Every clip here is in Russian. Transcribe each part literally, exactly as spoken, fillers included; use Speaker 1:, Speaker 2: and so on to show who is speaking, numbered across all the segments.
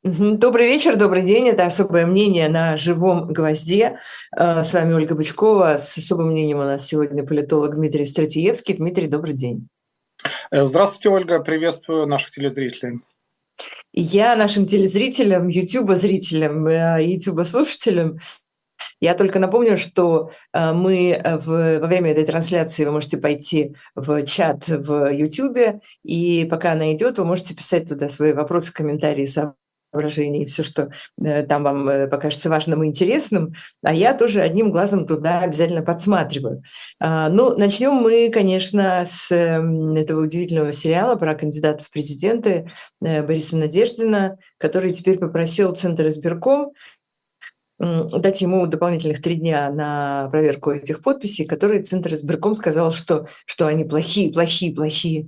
Speaker 1: Мгм. Добрый вечер, добрый день. Это «Особое мнение» на «Живом гвозде». Э, С вами Ольга Бычкова. С особым мнением у нас сегодня политолог Дмитрий Стратиевский. Дмитрий, добрый день.
Speaker 2: Э, Здравствуйте, Ольга. Приветствую наших телезрителей.
Speaker 1: И я нашим телезрителям, ютуба-зрителям, э, ютуба-слушателям, я только напомню, что э, мы э, в- во время этой трансляции вы можете пойти в чат в Ютубе, и пока она идет, вы можете писать туда свои вопросы, комментарии, соображения, все, что э, там вам э, покажется важным и интересным, а я тоже одним глазом туда обязательно подсматриваю. А, Ну, начнем мы, конечно, с эм, этого удивительного сериала про кандидата в президенты э, Бориса Надеждина, который теперь попросил Центр избирком м, дать ему дополнительных три дня на проверку этих подписей, которые Центр избирком сказал, что, что они плохие, плохие, плохие.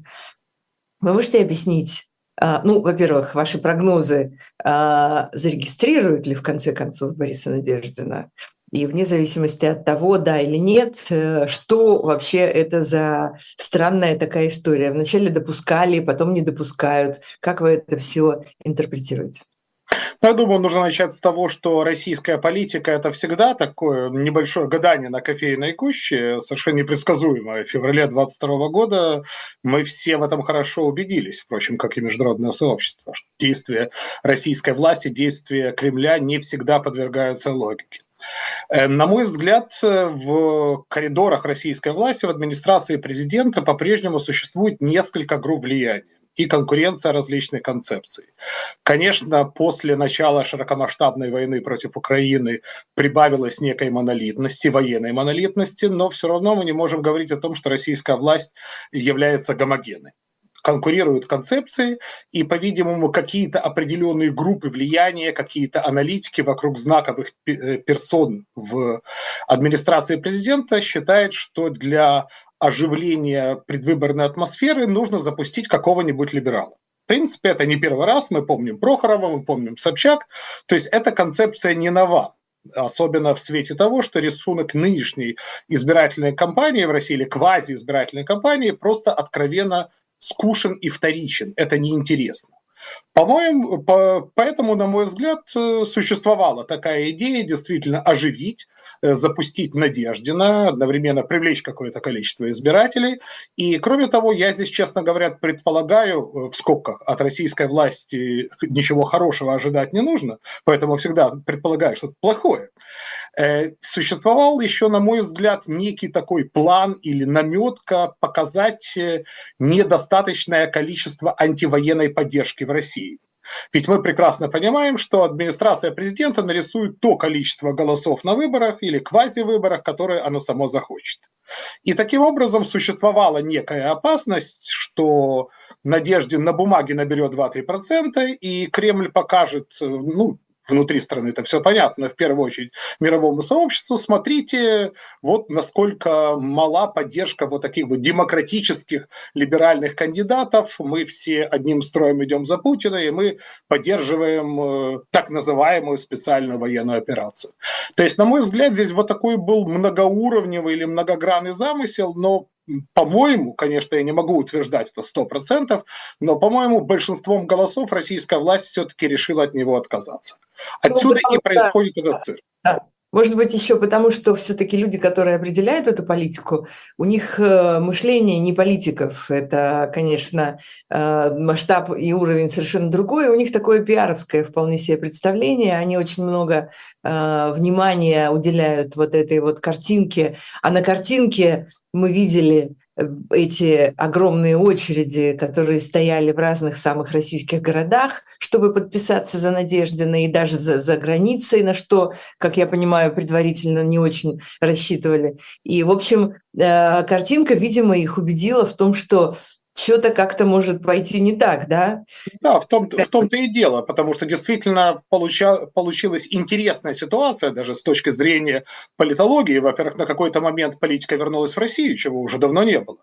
Speaker 1: Вы можете объяснить, а, ну, во-первых, ваши прогнозы, а, зарегистрируют ли в конце концов Бориса Надеждина? И вне зависимости от того, да или нет, э, что вообще это за странная такая история? Вначале допускали, потом не допускают. Как вы это все интерпретируете?
Speaker 2: Ну, я думаю, нужно начать с того, что российская политика – это всегда такое небольшое гадание на кофейной гуще, совершенно непредсказуемое. В феврале двадцать второго года мы все в этом хорошо убедились, впрочем, как и международное сообщество. Что действия российской власти, действия Кремля не всегда подвергаются логике. Э, На мой взгляд, э, в коридорах российской власти, в администрации президента по-прежнему существует несколько групп влияния и конкуренция различных концепций. Конечно, после начала широкомасштабной войны против Украины прибавилось некой монолитности, военной монолитности, но все равно мы не можем говорить о том, что российская власть является гомогенной. Конкурируют концепции, и, по-видимому, какие-то определенные группы влияния, какие-то аналитики вокруг знаковых персон в администрации президента считают, что для оживления предвыборной атмосферы нужно запустить какого-нибудь либерала. В принципе, это не первый раз, мы помним Прохорова, мы помним Собчак, то есть эта концепция не нова. Особенно в свете того, что рисунок нынешней избирательной кампании в России, или квази-избирательной кампании, просто откровенно скучен и вторичен. Это неинтересно. По-моему, по, поэтому, на мой взгляд, э, существовала такая идея действительно оживить, э, запустить Надеждина, одновременно привлечь какое-то количество избирателей. И, кроме того, я здесь, честно говоря, предполагаю, э, в скобках, от российской власти ничего хорошего ожидать не нужно, поэтому всегда предполагаю что-то плохое. Э, Существовал еще, на мой взгляд, некий такой план или наметка показать э, недостаточное количество антивоенной поддержки в России. Ведь мы прекрасно понимаем, что администрация президента нарисует то количество голосов на выборах или квази-выборах, которые она сама захочет. И таким образом существовала некая опасность, что Надеждин на бумаге наберет два-три процента, и Кремль покажет, э, ну, внутри страны это все понятно, но в первую очередь мировому сообществу, смотрите, вот насколько мала поддержка вот таких вот демократических либеральных кандидатов, мы все одним строем идем за Путина, и мы поддерживаем э, так называемую специальную военную операцию. То есть, на мой взгляд, здесь вот такой был многоуровневый или многогранный замысел, но по-моему, конечно, я не могу утверждать это сто процентов, но, по-моему, большинством голосов российская власть все-таки решила от него отказаться.
Speaker 1: Ну,
Speaker 2: Отсюда и
Speaker 1: потому что
Speaker 2: происходит этот цирк.
Speaker 1: да. Может быть, еще потому, что все-таки люди, которые определяют эту политику, у них э, мышление не политиков. Это, конечно, э, масштаб и уровень совершенно другой. У них такое пиаровское вполне себе представление. Они очень много э, внимания уделяют вот этой вот картинке. А на картинке мы видели э, эти огромные очереди, которые стояли в разных самых российских городах, чтобы подписаться за Надеждина и даже за, за границей, на что, как я понимаю, предварительно не очень рассчитывали. И, в общем, э, картинка, видимо, их убедила в том, что что-то как-то может пойти не так, да?
Speaker 2: Да, в, том, в том-то и дело, потому что действительно получа, получилась интересная ситуация даже с точки зрения политологии. Во-первых, на какой-то момент политика вернулась в Россию, чего уже давно не было.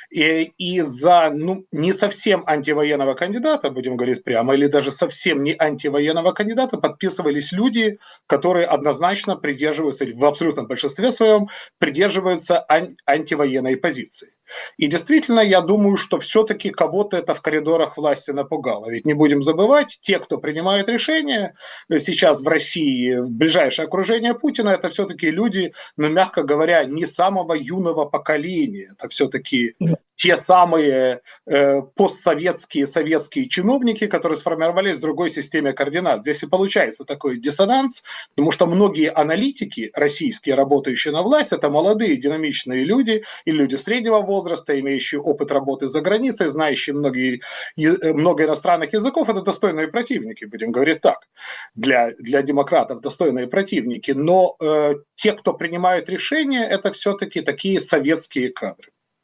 Speaker 2: И из-за ну, не совсем антивоенного кандидата, будем говорить прямо, или даже совсем не антивоенного кандидата подписывались люди, которые однозначно придерживаются, или в абсолютном большинстве своем, придерживаются ан- антивоенной позиции. И действительно, я думаю, что все-таки кого-то это в коридорах власти напугало. Ведь не будем забывать, те, кто принимают решения сейчас в России, в ближайшее окружение Путина, это все-таки люди, ну, мягко говоря, не самого юного поколения. Это все-таки те самые э, постсоветские, советские чиновники, которые сформировались в другой системе координат. Здесь и получается такой диссонанс, потому что многие аналитики российские, работающие на власть, это молодые, динамичные люди и люди среднего возраста, имеющие опыт работы за границей, знающие многие, много иностранных языков. Это достойные противники, будем говорить так, для, для демократов достойные противники. Но э, те, кто принимают решения, это все-таки такие советские кадры.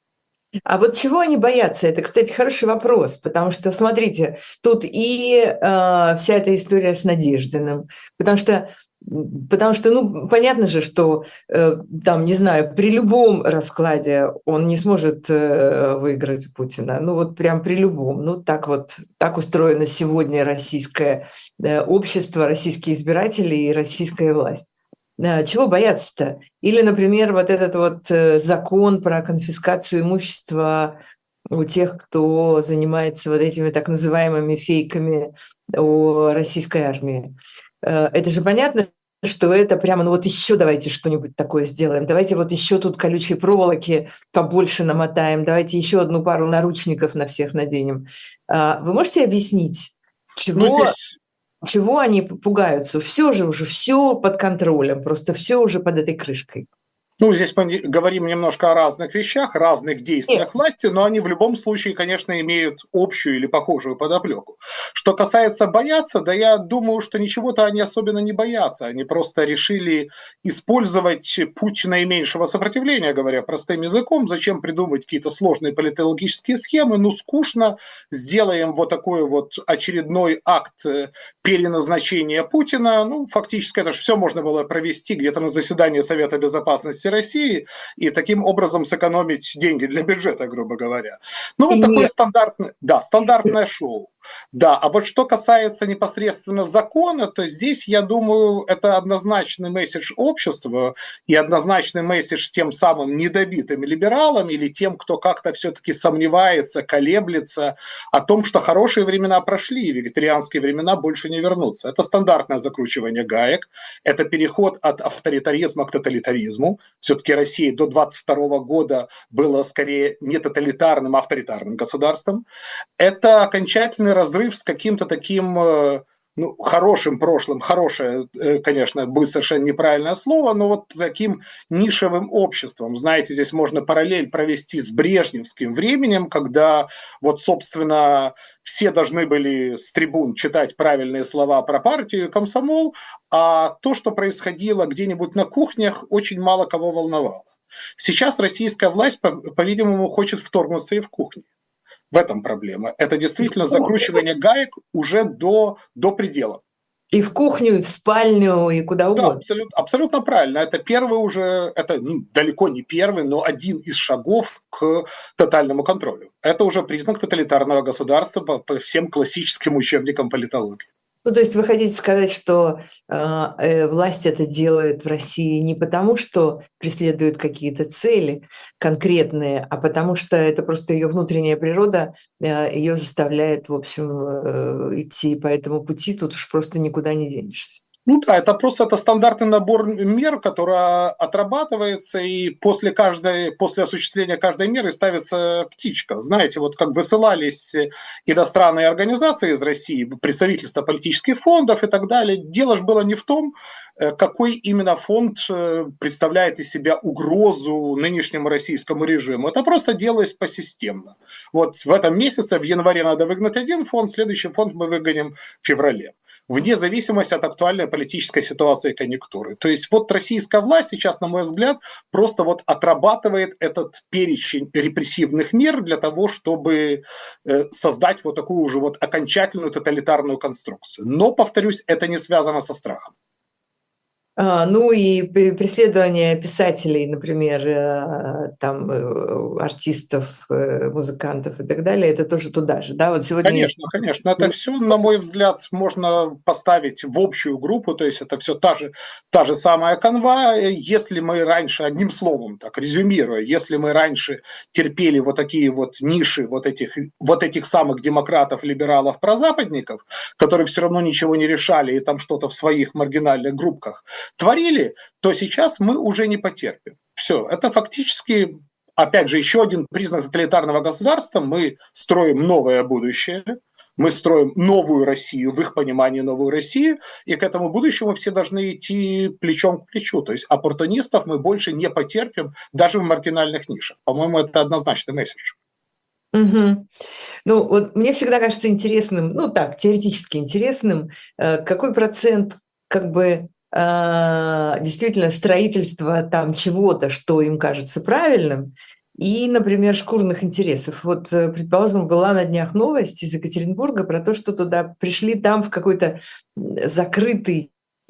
Speaker 1: А вот чего они боятся? Это, кстати, хороший вопрос, потому что, смотрите, тут и э, вся эта история с Надеждиным, потому что, потому что, ну, понятно же, что э, там, не знаю, при любом раскладе он не сможет э, выиграть Путина, ну вот прям при любом, ну так вот, так устроено сегодня российское э, общество, российские избиратели и российская власть. Чего бояться-то? Или, например, вот этот вот закон про конфискацию имущества у тех, кто занимается вот этими так называемыми фейками о российской армии. Это же понятно, что это прямо, ну вот еще давайте что-нибудь такое сделаем, давайте вот еще тут колючие проволоки побольше намотаем, давайте еще одну пару наручников на всех наденем. Вы можете объяснить, чего... Ну, здесь... Чего они пугаются? Все же уже, все под контролем, просто все уже под этой крышкой.
Speaker 2: Ну, здесь мы говорим немножко о разных вещах, разных действиях Нет. власти, но они в любом случае, конечно, имеют общую или похожую подоплеку. Что касается бояться, да я думаю, что ничего-то они особенно не боятся. Они просто решили использовать путь наименьшего сопротивления, говоря простым языком. Зачем придумывать какие-то сложные политологические схемы? Ну, скучно. Сделаем вот такой вот очередной акт переназначения Путина. Ну, фактически это же все можно было провести где-то на заседании Совета Безопасности России и таким образом сэкономить деньги для бюджета, грубо говоря. Ну, вот и такое нет. стандартное, да, стандартное шоу. Да, а вот что касается непосредственно закона, то здесь, я думаю, это однозначный месседж общества и однозначный месседж тем самым недобитым либералам или тем, кто как-то все-таки сомневается, колеблется о том, что хорошие времена прошли, и вегетарианские времена больше не вернутся. Это стандартное закручивание гаек, это переход от авторитаризма к тоталитаризму. Все-таки Россия до двадцать второго года была скорее не тоталитарным, а авторитарным государством. Это окончательный разрыв с каким-то таким, ну, хорошим прошлым, хорошее, конечно, будет совершенно неправильное слово, но вот таким нишевым обществом. Знаете, здесь можно параллель провести с брежневским временем, когда вот, собственно, все должны были с трибун читать правильные слова про партию и комсомол, а то, что происходило где-нибудь на кухнях, очень мало кого волновало. Сейчас российская власть, по-видимому, хочет вторгнуться и в кухню. В этом проблема. Это действительно закручивание гаек уже до, до предела.
Speaker 1: И в кухню, и в спальню, и куда угодно.
Speaker 2: Да, абсолютно, абсолютно правильно. Это первый уже, это ну, далеко не первый, но один из шагов к тотальному контролю. Это уже признак тоталитарного государства по, по всем классическим учебникам политологии.
Speaker 1: Ну, то есть вы хотите сказать, что э, власть это делает в России не потому, что преследует какие-то цели конкретные, а потому что это просто ее внутренняя природа э, ее заставляет, в общем, э, идти по этому пути, тут уж просто никуда не денешься.
Speaker 2: Ну да, это просто это стандартный набор мер, который отрабатывается, и после каждой, после осуществления каждой меры ставится птичка. Знаете, вот как высылались иностранные организации из России, представительства политических фондов и так далее, дело же было не в том, какой именно фонд представляет из себя угрозу нынешнему российскому режиму. Это просто делалось посистемно. Вот в этом месяце, в январе надо выгнать один фонд, следующий фонд мы выгоним в феврале, вне зависимости от актуальной политической ситуации и конъюнктуры. То есть вот российская власть сейчас, на мой взгляд, просто вот отрабатывает этот перечень репрессивных мер для того, чтобы создать вот такую уже вот окончательную тоталитарную конструкцию. Но, повторюсь, это не связано со страхом.
Speaker 1: А, ну и преследование писателей, например, э, там, э, артистов, э, музыкантов и так далее, это тоже туда же, да? Вот сегодня есть...
Speaker 2: Конечно, конечно. Это все, на мой взгляд, можно поставить в общую группу, то есть это все та же, та же самая канва. Если мы раньше, одним словом, так резюмируя, если мы раньше терпели вот такие вот ниши вот этих, вот этих самых демократов, либералов, прозападников, которые все равно ничего не решали и там что-то в своих маргинальных группках творили, то сейчас мы уже не потерпим. Все, это фактически, опять же, еще один признак тоталитарного государства. Мы строим новое будущее, мы строим новую Россию, в их понимании новую Россию, и к этому будущему все должны идти плечом к плечу. То есть оппортунистов мы больше не потерпим даже в маргинальных нишах. По-моему, это однозначный месседж.
Speaker 1: Угу. Ну, вот мне всегда кажется интересным, ну так, теоретически интересным, э, какой процент как бы а, действительно строительства там чего-то, что им кажется правильным, и, например, шкурных интересов. Вот, э, предположим, была на днях новость из Екатеринбурга про то, что туда пришли там в какой-то м, закрытый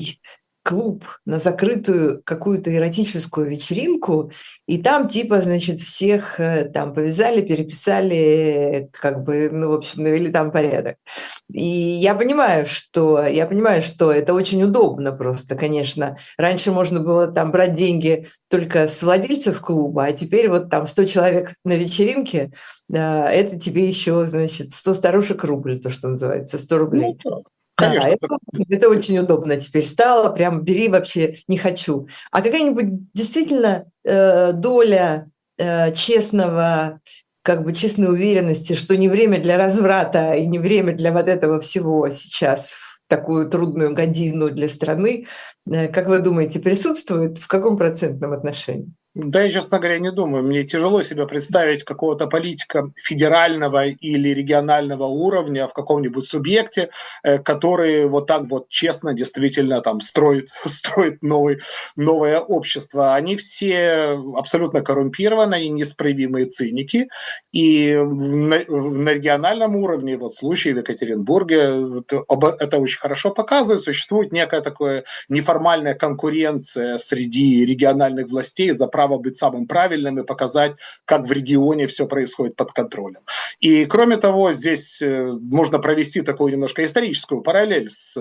Speaker 1: клуб на закрытую какую-то эротическую вечеринку, и там типа, значит, всех э, там повязали, переписали, как бы, ну, в общем, навели там порядок. И я понимаю, что я понимаю, что это очень удобно просто, конечно. Раньше можно было там брать деньги только с владельцев клуба, а теперь вот там сто человек на вечеринке, а, это тебе еще, значит, сто старушек рубль, то, что называется, сто
Speaker 2: Ну,
Speaker 1: рублей.
Speaker 2: да,
Speaker 1: Да,
Speaker 2: конечно.
Speaker 1: это, это очень удобно теперь стало, прям бери вообще не хочу. А какая-нибудь действительно э, доля э, честного, как бы честной уверенности, что не время для разврата и не время для вот этого всего сейчас в такую трудную годину для страны, э, как вы думаете, присутствует в каком процентном отношении?
Speaker 2: Да, я, честно говоря, не думаю. Мне тяжело себе представить какого-то политика федерального или регионального уровня в каком-нибудь субъекте, э, который вот так вот честно действительно там строит, строит новый, новое общество. Они все абсолютно коррумпированные и неисправимые циники. И на, на региональном уровне, вот случай в Екатеринбурге, это очень хорошо показывает, существует некая такая неформальная конкуренция среди региональных властей за право быть самым правильным и показать, как в регионе все происходит под контролем. И кроме того, здесь можно провести такую немножко историческую параллель с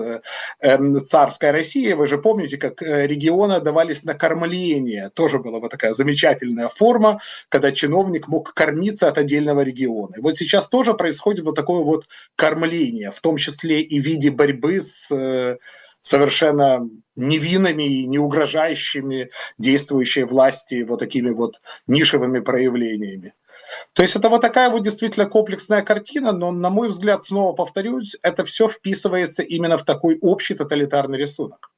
Speaker 2: э, царской Россией. Вы же помните, как регионы отдавались на кормление. Тоже была вот такая замечательная форма, когда чиновник мог кормиться от отдельного региона. И вот сейчас тоже происходит вот такое вот кормление, в том числе и в виде борьбы с э, совершенно невинными и не угрожающими действующей власти вот такими вот нишевыми проявлениями. То есть это вот такая вот действительно комплексная картина, но, на мой взгляд, снова повторюсь, это все вписывается именно в такой общий тоталитарный рисунок.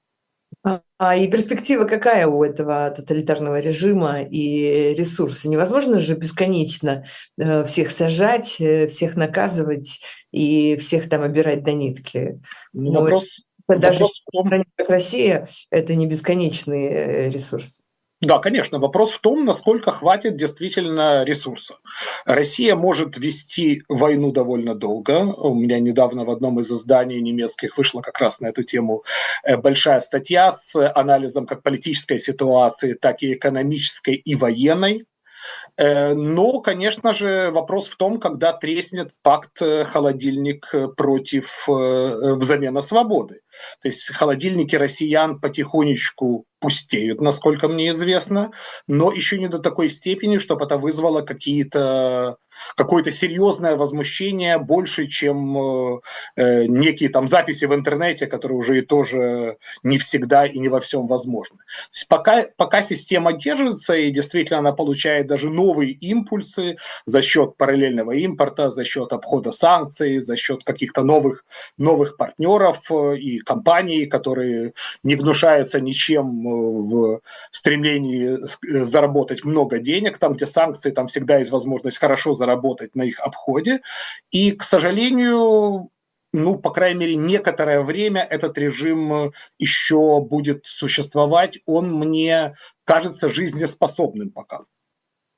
Speaker 1: А и перспектива какая у этого тоталитарного режима и ресурса? Невозможно же бесконечно э, всех сажать, э, всех наказывать и всех там обирать до нитки.
Speaker 2: Ну,
Speaker 1: Но
Speaker 2: вопрос,
Speaker 1: даже
Speaker 2: вопрос в
Speaker 1: в
Speaker 2: том,
Speaker 1: стране, как Россия, это не бесконечный э, ресурс.
Speaker 2: да, конечно. Вопрос в том, насколько хватит действительно ресурсов. Россия может вести войну довольно долго. У меня недавно в одном из изданий немецких вышла как раз на эту тему большая статья с анализом как политической ситуации, так и экономической и военной. Но, конечно же, вопрос в том, когда треснет пакт холодильник против взамен свободы. То есть холодильники россиян потихонечку пустеют, насколько мне известно, но еще не до такой степени, чтобы это вызвало какие-то какое-то серьезное возмущение больше, чем э, некие там записи в интернете, которые уже и тоже не всегда и не во всем возможны. То есть пока, пока система держится и действительно она получает даже новые импульсы за счет параллельного импорта, за счет обхода санкций, за счет каких-то новых, новых партнеров и компаний, которые не гнушаются ничем в стремлении заработать много денег. Там, где санкции, там всегда есть возможность хорошо заработать работать на их обходе. И, к сожалению, ну, по крайней мере, некоторое время этот режим еще будет существовать. Он мне кажется жизнеспособным пока.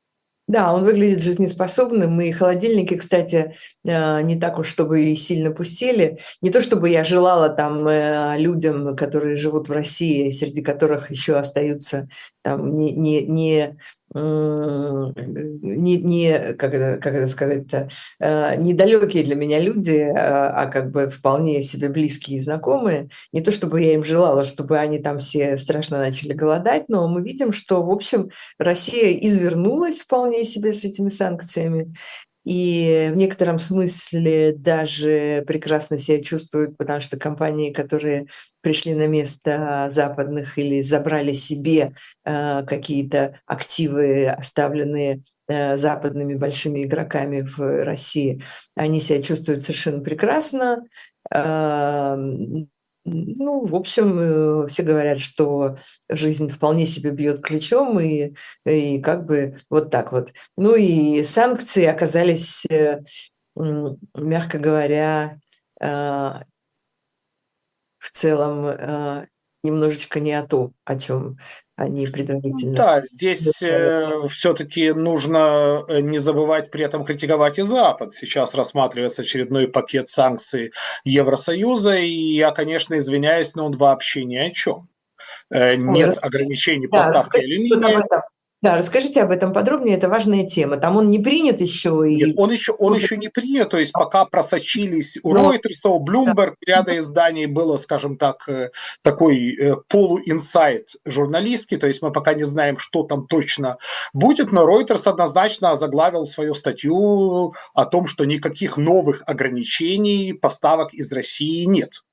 Speaker 1: Да, он выглядит жизнеспособным, и холодильники, кстати, э, не так уж, чтобы и сильно пустели. Не то чтобы я желала там э, людям, которые живут в России, среди которых еще остаются там не, не, не, м, не, не как это, как это сказать-то, э, недалекие для меня люди, а, а как бы вполне себе близкие и знакомые. Не то чтобы я им желала, чтобы они там все страшно начали голодать, но мы видим, что, в общем, Россия извернулась вполне себе с этими санкциями и в некотором смысле даже прекрасно себя чувствуют, потому что компании, которые пришли на место западных или забрали себе э, какие-то активы, оставленные э, западными большими игроками в России, они себя чувствуют совершенно прекрасно. Э, ну, в общем, э, все говорят, что жизнь вполне себе бьет ключом, и, и как бы вот так вот. Ну и санкции оказались, э, м, мягко говоря, а, в целом а, немножечко не о том, о чем они
Speaker 2: Ну
Speaker 1: предварительно
Speaker 2: да, здесь
Speaker 1: говорили.
Speaker 2: э, все-таки нужно э, не забывать при этом критиковать и Запад. Сейчас рассматривается очередной пакет санкций Евросоюза, и я, конечно, извиняюсь, но он вообще ни о чем. Э,
Speaker 1: Ой,
Speaker 2: нет
Speaker 1: расскажите,
Speaker 2: ограничений
Speaker 1: да,
Speaker 2: поставки
Speaker 1: расскажите вот об
Speaker 2: алюминия.
Speaker 1: этом. Да, расскажите об этом подробнее, это важная тема. Там он не принят еще
Speaker 2: Нет,
Speaker 1: и
Speaker 2: он еще, он еще не принят, то есть пока просочились у
Speaker 1: но
Speaker 2: Reuters, у Bloomberg, ряда изданий было, скажем так, э, такой э, полуинсайт журналистский, то есть мы пока не знаем, что там точно будет, но Reuters однозначно заглавил свою статью о том, что никаких новых ограничений поставок из России нет.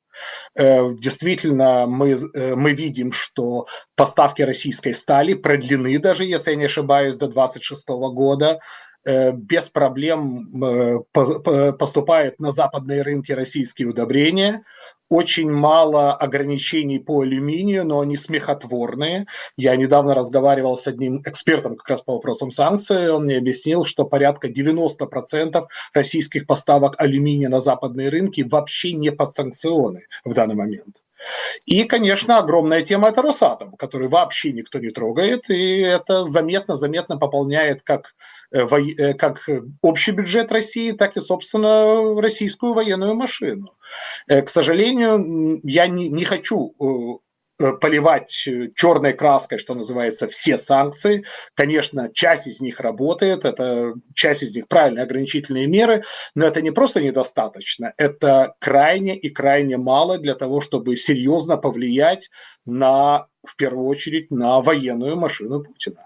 Speaker 2: Э, Действительно, мы, э, мы видим, что поставки российской стали продлены, даже если я не ошибаюсь, до двадцать шестого года. Э, Без проблем э, по- по- поступают на западные рынки российские удобрения. Очень мало ограничений по алюминию, но они смехотворные. Я недавно разговаривал с одним экспертом как раз по вопросам санкций. Он мне объяснил, что порядка девяносто процентов российских поставок алюминия на западные рынки вообще не подсанкционны в данный момент. И, конечно, огромная тема – это Росатом, который вообще никто не трогает, и это заметно-заметно пополняет как, э, во- э, как общий бюджет России, так и, собственно, российскую военную машину. Э, К сожалению, я не, не хочу э, э, поливать э, черной краской, что называется, все санкции. Конечно, часть из них работает, это часть из них правильные ограничительные меры, но это не просто недостаточно, это крайне и крайне мало для того, чтобы серьезно повлиять на, в первую очередь, на военную машину Путина.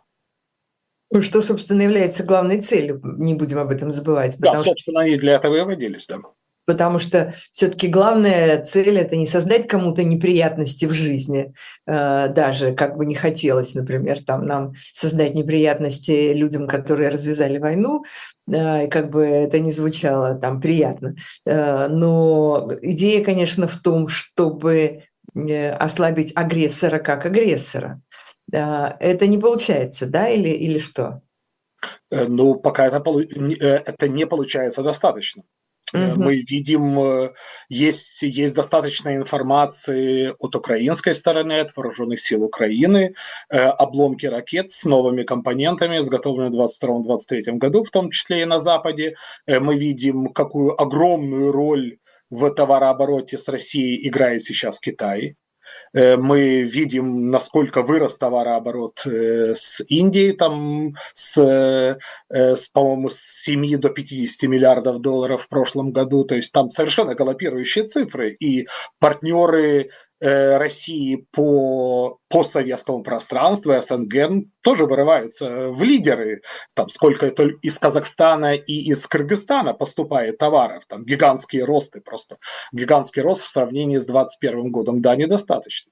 Speaker 1: ну, что, собственно, является главной целью, не будем об этом забывать,
Speaker 2: Да,
Speaker 1: потому что
Speaker 2: собственно, они для этого и водились, да.
Speaker 1: Потому что все-таки главная цель – это не создать кому-то неприятности в жизни, э, даже как бы не хотелось, например, там, нам создать неприятности людям, которые развязали войну, э, и как бы это не звучало там приятно. Э, Но идея, конечно, в том, чтобы э, ослабить агрессора как агрессора. Э, Это не получается, да, или, или что?
Speaker 2: Э, Ну, пока это, полу- не- э, это не получается достаточно. Э,
Speaker 1: Мгм.
Speaker 2: Мы видим, э, есть, есть достаточно информации от украинской стороны, от вооруженных сил Украины, э, обломки ракет с новыми компонентами, изготовленные в двадцать втором — двадцать третьем году, в том числе и на Западе. Э, Мы видим, какую огромную роль в товарообороте с Россией играет сейчас Китай. Э, Мы видим, насколько вырос товарооборот э, с Индией, там с, э, с, по-моему, с семи до пятидесяти миллиардов долларов в прошлом году. То есть там совершенно галопирующие цифры. И партнеры э, России по постсоветскому пространству, СНГ, тоже вырываются в лидеры. Там сколько это из Казахстана и из Кыргызстана поступает товаров. Там гигантские росты просто. Гигантский рост в сравнении с двадцать первым годом. Да, недостаточно.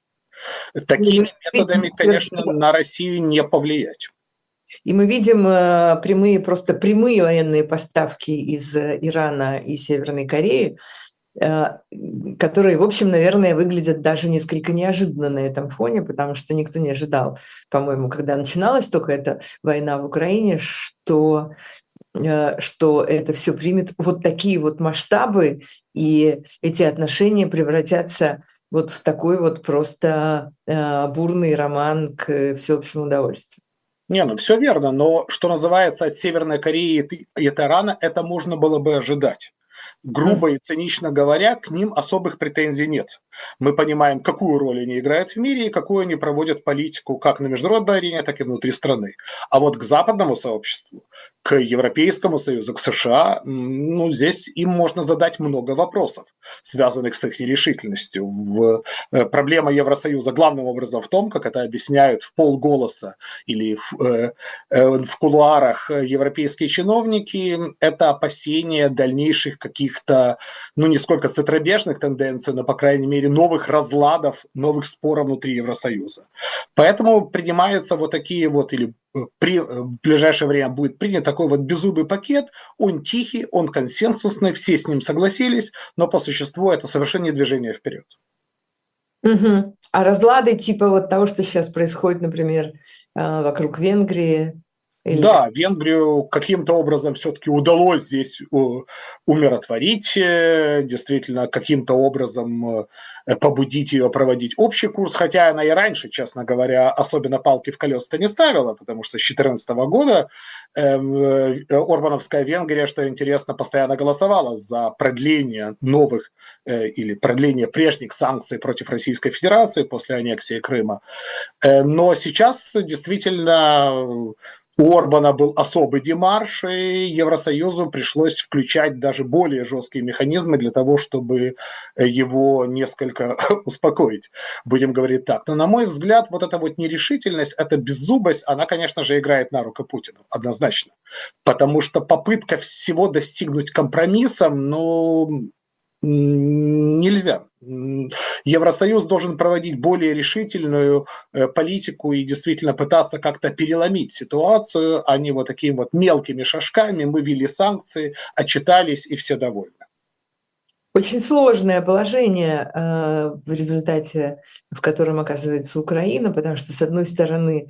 Speaker 1: И мы
Speaker 2: Такими
Speaker 1: видим
Speaker 2: методами, конечно,
Speaker 1: совершенно
Speaker 2: на Россию не повлиять.
Speaker 1: И мы видим э, прямые, просто прямые военные поставки из э, Ирана и Северной Кореи, э, которые, в общем, наверное, выглядят даже несколько неожиданно на этом фоне, потому что никто не ожидал, по-моему, когда начиналась только эта война в Украине, что, э, что это все примет вот такие вот масштабы, и эти отношения превратятся вот в такой вот просто э, бурный роман к всеобщему удовольствию.
Speaker 2: Не, ну все верно, но что называется от Северной Кореи и от Ирана, это можно было бы ожидать. Грубо и цинично говоря, к ним особых претензий нет. Мы понимаем, какую роль они играют в мире и какую они проводят политику как на международной арене, так и внутри страны. А вот к западному сообществу, к Европейскому Союзу, к США, ну, здесь им можно задать много вопросов, связанных с их нерешительностью. В, э, проблема Евросоюза главным образом в том, как это объясняют в полголоса или в, э, э, в кулуарах европейские чиновники, это опасение дальнейших каких-то, ну, не сколько центробежных тенденций, но, по крайней мере, новых разладов, новых споров внутри Евросоюза. Поэтому принимаются вот такие вот, или при, в ближайшее время будет принят такой вот беззубый пакет, он тихий, он консенсусный, все с ним согласились, но по существу это совершенно не движение вперед.
Speaker 1: Угу. А разлады типа вот того, что сейчас происходит, например, вокруг Венгрии? Или...
Speaker 2: Да, Венгрию каким-то образом все-таки удалось здесь умиротворить, действительно каким-то образом побудить ее проводить общий курс, хотя она и раньше, честно говоря, особенно палки в колеса не ставила, потому что с две тысячи четырнадцатого года Орбановская Венгрия, что интересно, постоянно голосовала за продление новых или продление прежних санкций против Российской Федерации после аннексии Крыма. Но сейчас действительно у Орбана был особый демарш, и Евросоюзу пришлось включать даже более жесткие механизмы для того, чтобы его несколько успокоить, будем говорить так. Но, на мой взгляд, вот эта вот нерешительность, эта беззубость, она, конечно же, играет на руку Путину, однозначно. Потому что попытка всего достигнуть компромиссом, ну, нельзя. Евросоюз должен проводить более решительную политику и действительно пытаться как-то переломить ситуацию, а не вот такими вот мелкими шажками. Мы ввели санкции, отчитались и все довольны.
Speaker 1: Очень сложное положение в результате, в котором оказывается Украина, потому что, с одной стороны,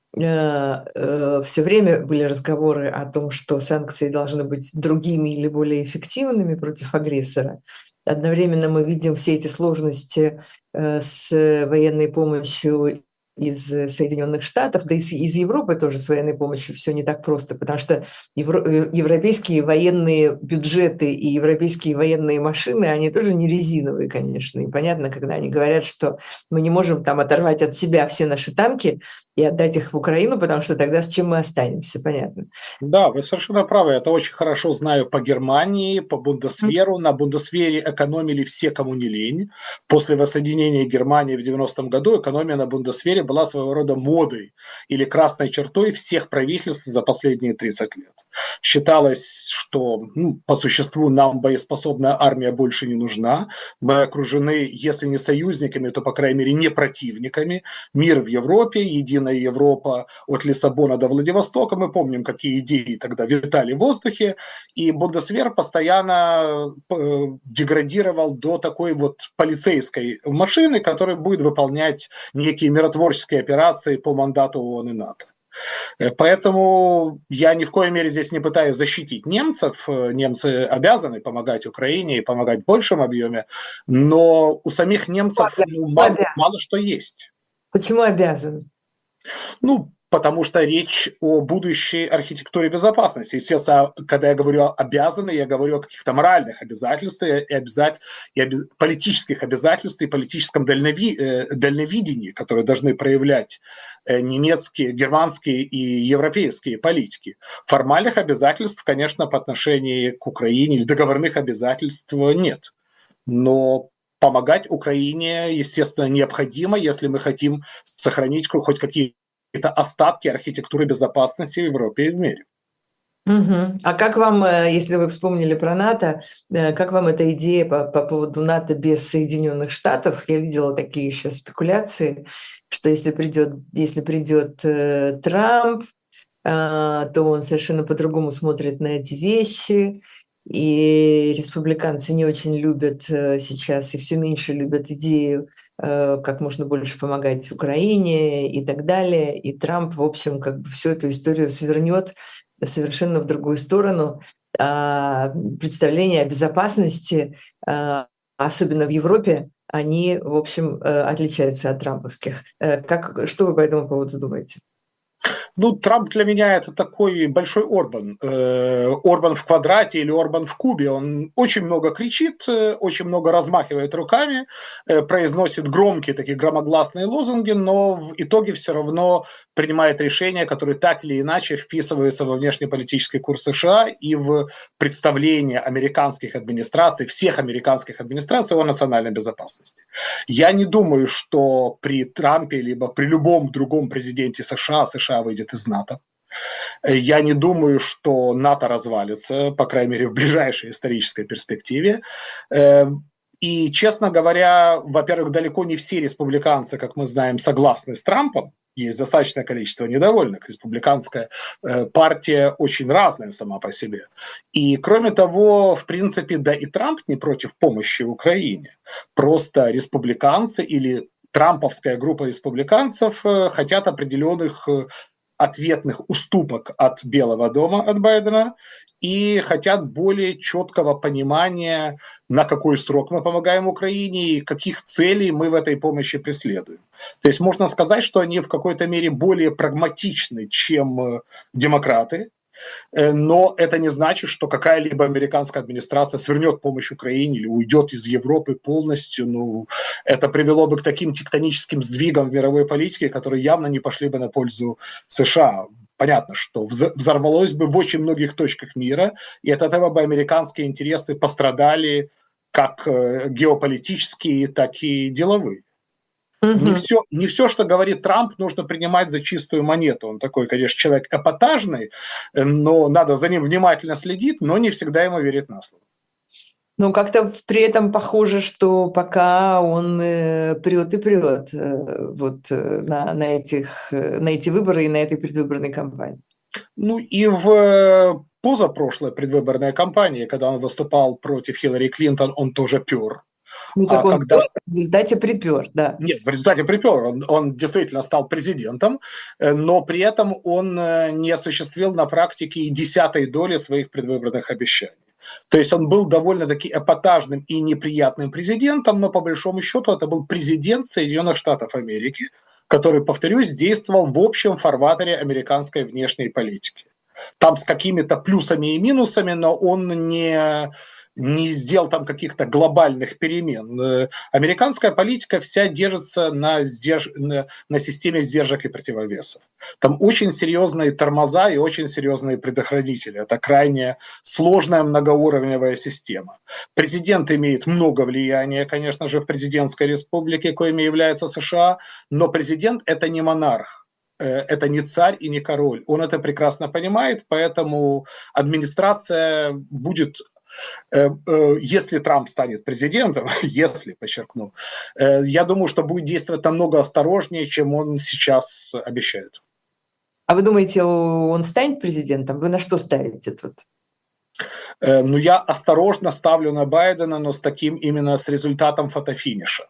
Speaker 1: все время были разговоры о том, что санкции должны быть другими или более эффективными против агрессора. Одновременно мы видим все эти сложности с военной помощью из Соединенных Штатов, да и из Европы тоже с военной помощью все не так просто, потому что евро- европейские военные бюджеты и европейские военные машины, они тоже не резиновые, конечно. И понятно, когда они говорят, что мы не можем там оторвать от себя все наши танки и отдать их в Украину, потому что тогда с чем мы останемся, понятно.
Speaker 2: Да, вы совершенно правы. Это очень хорошо знаю по Германии, по Бундесверу. На Бундесвере экономили все, кому не лень. После воссоединения Германии в девяностом году экономия на Бундесвере была своего рода модой или красной чертой всех правительств за последние тридцать лет. Считалось, что ну, по существу нам боеспособная армия больше не нужна. Мы окружены, если не союзниками, то, по крайней мере, не противниками. Мир в Европе, единая Европа от Лиссабона до Владивостока. Мы помним, какие идеи тогда витали в воздухе. И Бундесвер постоянно деградировал до такой вот полицейской машины, которая будет выполнять некие миротворческие операции по мандату ООН и НАТО. Поэтому я ни в коей мере здесь не пытаюсь защитить немцев. Немцы обязаны помогать Украине и помогать в большем объеме, но у самих немцев ну, мало, мало что есть.
Speaker 1: Почему обязаны?
Speaker 2: Ну, потому что речь о будущей архитектуре безопасности. Естественно, когда я говорю обязаны, я говорю о каких-то моральных обязательствах и, обязать, и обез... политических обязательствах и политическом дальнови... дальновидении, которые должны проявлять немецкие, германские и европейские политики. Формальных обязательств, конечно, по отношению к Украине или договорных обязательств нет. Но помогать Украине, естественно, необходимо, если мы хотим сохранить хоть какие-то остатки архитектуры безопасности в Европе и в мире.
Speaker 1: Угу. А как вам, если вы вспомнили про НАТО, как вам эта идея по, по поводу НАТО без Соединенных Штатов? Я видела такие еще спекуляции, что если придет, если придет э, Трамп, э, то он совершенно по-другому смотрит на эти вещи. И республиканцы не очень любят э, сейчас и все меньше любят идею, э, как можно больше помогать Украине и так далее. И Трамп, в общем, как бы всю эту историю свернет совершенно в другую сторону. А представления о безопасности, а, особенно в Европе, они, в общем, отличаются от трамповских. Как, что вы по этому поводу думаете?
Speaker 2: Ну, Трамп для меня это такой большой Орбан. Орбан в квадрате или Орбан в кубе. Он очень много кричит, очень много размахивает руками, произносит громкие такие громогласные лозунги, но в итоге все равно принимает решения, которые так или иначе вписываются во внешнеполитический курс США и в представление американских администраций, всех американских администраций о национальной безопасности. Я не думаю, что при Трампе либо при любом другом президенте США США выйдет из НАТО. Я не думаю, что НАТО развалится, по крайней мере, в ближайшей исторической перспективе. И, честно говоря, во-первых, далеко не все республиканцы, как мы знаем, согласны с Трампом. Есть достаточное количество недовольных. Республиканская партия очень разная сама по себе. И, кроме того, в принципе, да и Трамп не против помощи Украине. Просто республиканцы или трамповская группа республиканцев хотят определенных ответных уступок от Белого дома, от Байдена, и хотят более четкого понимания, на какой срок мы помогаем Украине и каких целей мы в этой помощи преследуем. То есть можно сказать, что они в какой-то мере более прагматичны, чем демократы, но это не значит, что какая-либо американская администрация свернет помощь Украине или уйдет из Европы полностью. Ну, это привело бы к таким тектоническим сдвигам в мировой политике, которые явно не пошли бы на пользу США. Понятно, что взорвалось бы в очень многих точках мира, и от этого бы американские интересы пострадали как геополитические, так и деловые. Угу. Не все, не все, что говорит Трамп, нужно принимать за чистую монету. Он такой, конечно, человек эпатажный, но надо за ним внимательно следить, но не всегда ему верить на слово.
Speaker 1: Ну, как-то при этом похоже, что пока он э, прет и прет э, вот, э, на, на, этих, э, на эти выборы и на этой предвыборной кампании.
Speaker 2: Ну и в позапрошлой предвыборной кампании, когда он выступал против Хиллари Клинтон, он тоже пер.
Speaker 1: Ну, так а он когда... в результате припер, да.
Speaker 2: Нет, в результате припер. Он, он действительно стал президентом, но при этом он не осуществил на практике и десятой доли своих предвыборных обещаний. То есть он был довольно-таки эпатажным и неприятным президентом, но по большому счету это был президент Соединенных Штатов Америки, который, повторюсь, действовал в общем фарватере американской внешней политики. Там с какими-то плюсами и минусами, но он не... не сделал там каких-то глобальных перемен. Американская политика вся держится на, сдерж... на, на системе сдержек и противовесов. Там очень серьезные тормоза и очень серьезные предохранители. Это крайне сложная многоуровневая система. Президент имеет много влияния, конечно же, в президентской республике, коими является США, но президент – это не монарх. Это не царь и не король. Он это прекрасно понимает, поэтому администрация будет... Если Трамп станет президентом, если, подчеркну, я думаю, что будет действовать намного осторожнее, чем он сейчас обещает.
Speaker 1: А вы думаете, он станет президентом? Вы на что ставите тут?
Speaker 2: Ну, я осторожно ставлю на Байдена, но с таким именно с результатом фотофиниша.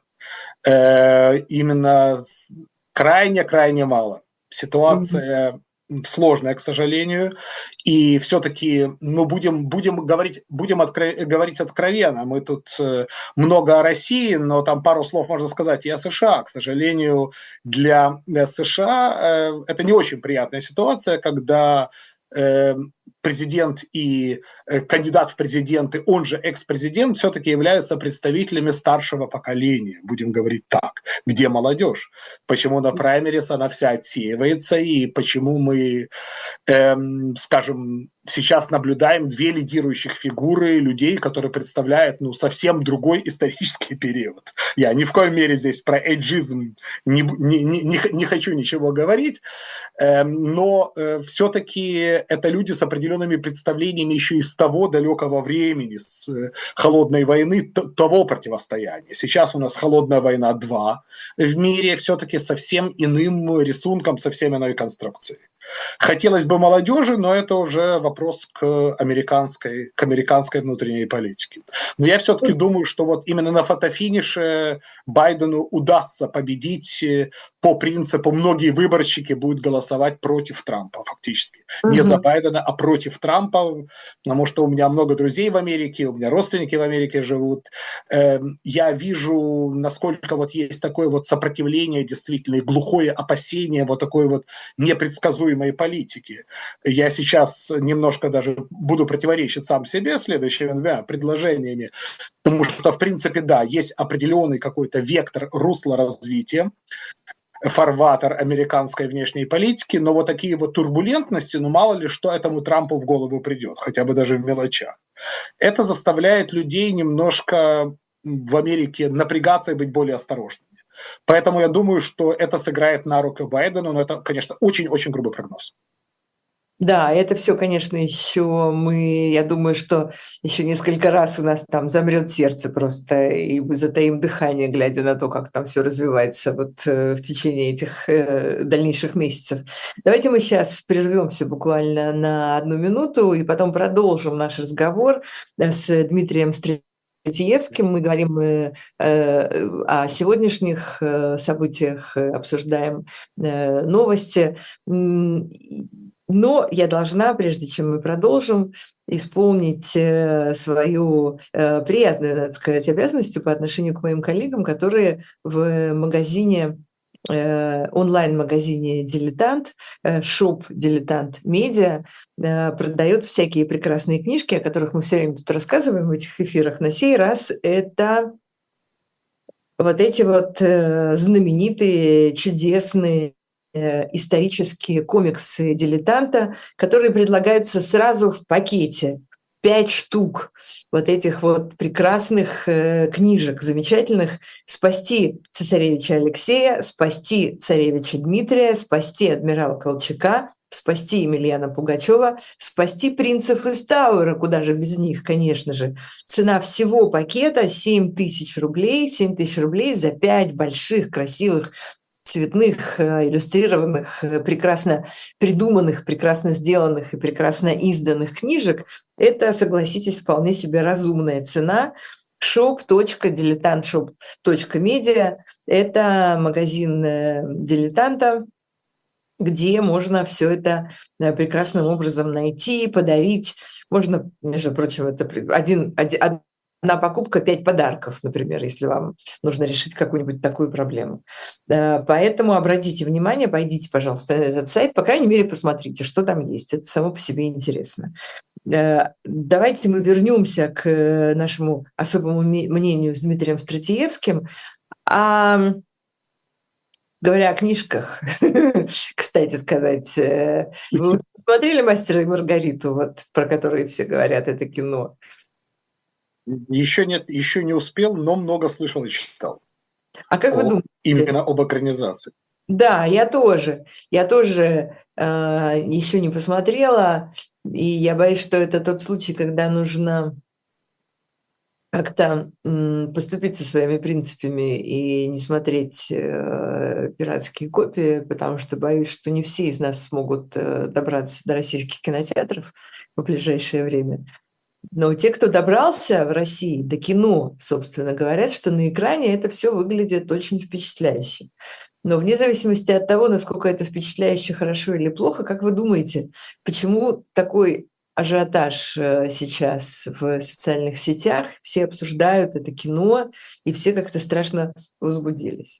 Speaker 2: Именно крайне-крайне мало. Ситуация... Mm-hmm. Сложная, к сожалению, и все-таки, ну, будем, будем, говорить, будем откро... говорить откровенно. Мы тут много о России, но там пару слов можно сказать и о США. К сожалению, для США это не очень приятная ситуация, когда президент и кандидат в президенты, он же экс-президент, все-таки являются представителями старшего поколения, будем говорить так. Где молодежь? Почему на праймерис она вся отсеивается, и почему мы, эм, скажем, сейчас наблюдаем две лидирующих фигуры людей, которые представляют, ну, совсем другой исторический период. Я ни в коей мере здесь про эйджизм не, не, не, не хочу ничего говорить, э, но э, все-таки это люди с определенными представлениями еще из того далекого времени, с э, холодной войны, т- того противостояния. Сейчас у нас холодная война два в мире, все-таки совсем иным рисунком, совсем иной конструкцией. Хотелось бы молодежи, но это уже вопрос к американской, к американской внутренней политике. Но я все-таки думаю, что вот именно на фотофинише Байдену удастся победить по принципу, многие выборщики будут голосовать против Трампа фактически. Mm-hmm. Не за Байдена, а против Трампа, потому что у меня много друзей в Америке, у меня родственники в Америке живут. Я вижу, насколько вот есть такое вот сопротивление, действительно, и глухое опасение, вот такой вот непредсказуемый предсказуемой политики. Я сейчас немножко даже буду противоречить сам себе следующими двумя предложениями, потому что, в принципе, да, есть определенный какой-то вектор, русло развития, фарватер американской внешней политики, но вот такие вот турбулентности, ну мало ли что этому Трампу в голову придет, хотя бы даже в мелочах. Это заставляет людей немножко в Америке напрягаться и быть более осторожными. Поэтому я думаю, что это сыграет на руку Байдену, но это, конечно, очень-очень грубый прогноз.
Speaker 1: Да, это все, конечно, еще мы, я думаю, что еще несколько раз у нас там замрет сердце просто, и мы затаим дыхание, глядя на то, как там все развивается вот э, в течение этих э, дальнейших месяцев. Давайте мы сейчас прервемся буквально на одну минуту и потом продолжим наш разговор э, с Дмитрием Стратиевским. Мы говорим э, э, о сегодняшних э, событиях, э, обсуждаем э, новости. Но я должна, прежде чем мы продолжим, исполнить э, свою э, приятную, надо сказать, обязанность по отношению к моим коллегам, которые в магазине, э, онлайн-магазине «Дилетант», э, шоп «Дилетант Медиа» э, продают всякие прекрасные книжки, о которых мы все время тут рассказываем в этих эфирах. На сей раз это вот эти вот э, знаменитые, чудесные исторические комиксы «Дилетанта», которые предлагаются сразу в пакете. Пять штук вот этих вот прекрасных э, книжек, замечательных. «Спасти цесаревича Алексея», «Спасти царевича Дмитрия», «Спасти адмирала Колчака», «Спасти Емельяна Пугачева», «Спасти принцев из Тауэра», куда же без них, конечно же. Цена всего пакета семь тысяч рублей, семь тысяч рублей за пять больших, красивых, цветных, иллюстрированных, прекрасно придуманных, прекрасно сделанных и прекрасно изданных книжек. Это, согласитесь, вполне себе разумная цена. шоп точка дилетантшоп точка медиа – это магазин «Дилетанта», где можно все это прекрасным образом найти, подарить. Можно, между прочим, это один, один, одна покупка, пять подарков, например, если вам нужно решить какую-нибудь такую проблему. Поэтому обратите внимание, пойдите, пожалуйста, на этот сайт, по крайней мере, посмотрите, что там есть. Это само по себе интересно. Давайте мы вернемся к нашему особому мнению с Дмитрием Стратиевским. А говоря о книжках, кстати сказать, вы уже посмотрели «Мастера и Маргариту», вот, про которые все говорят, это кино?
Speaker 2: Еще нет, еще не успел, но много слышал и читал.
Speaker 1: А как
Speaker 2: о,
Speaker 1: вы думаете?
Speaker 2: Именно об экранизации.
Speaker 1: Да, я тоже. Я тоже э, еще не посмотрела, и я боюсь, что это тот случай, когда нужно как-то м, поступить со своими принципами и не смотреть э, пиратские копии, потому что боюсь, что не все из нас смогут э, добраться до российских кинотеатров в ближайшее время. Но те, кто добрался в России до кино, собственно, говорят, что на экране это все выглядит очень впечатляюще. Но вне зависимости от того, насколько это впечатляюще, хорошо или плохо, как вы думаете, почему такой ажиотаж сейчас в социальных сетях? Все обсуждают это кино, и все как-то страшно возбудились.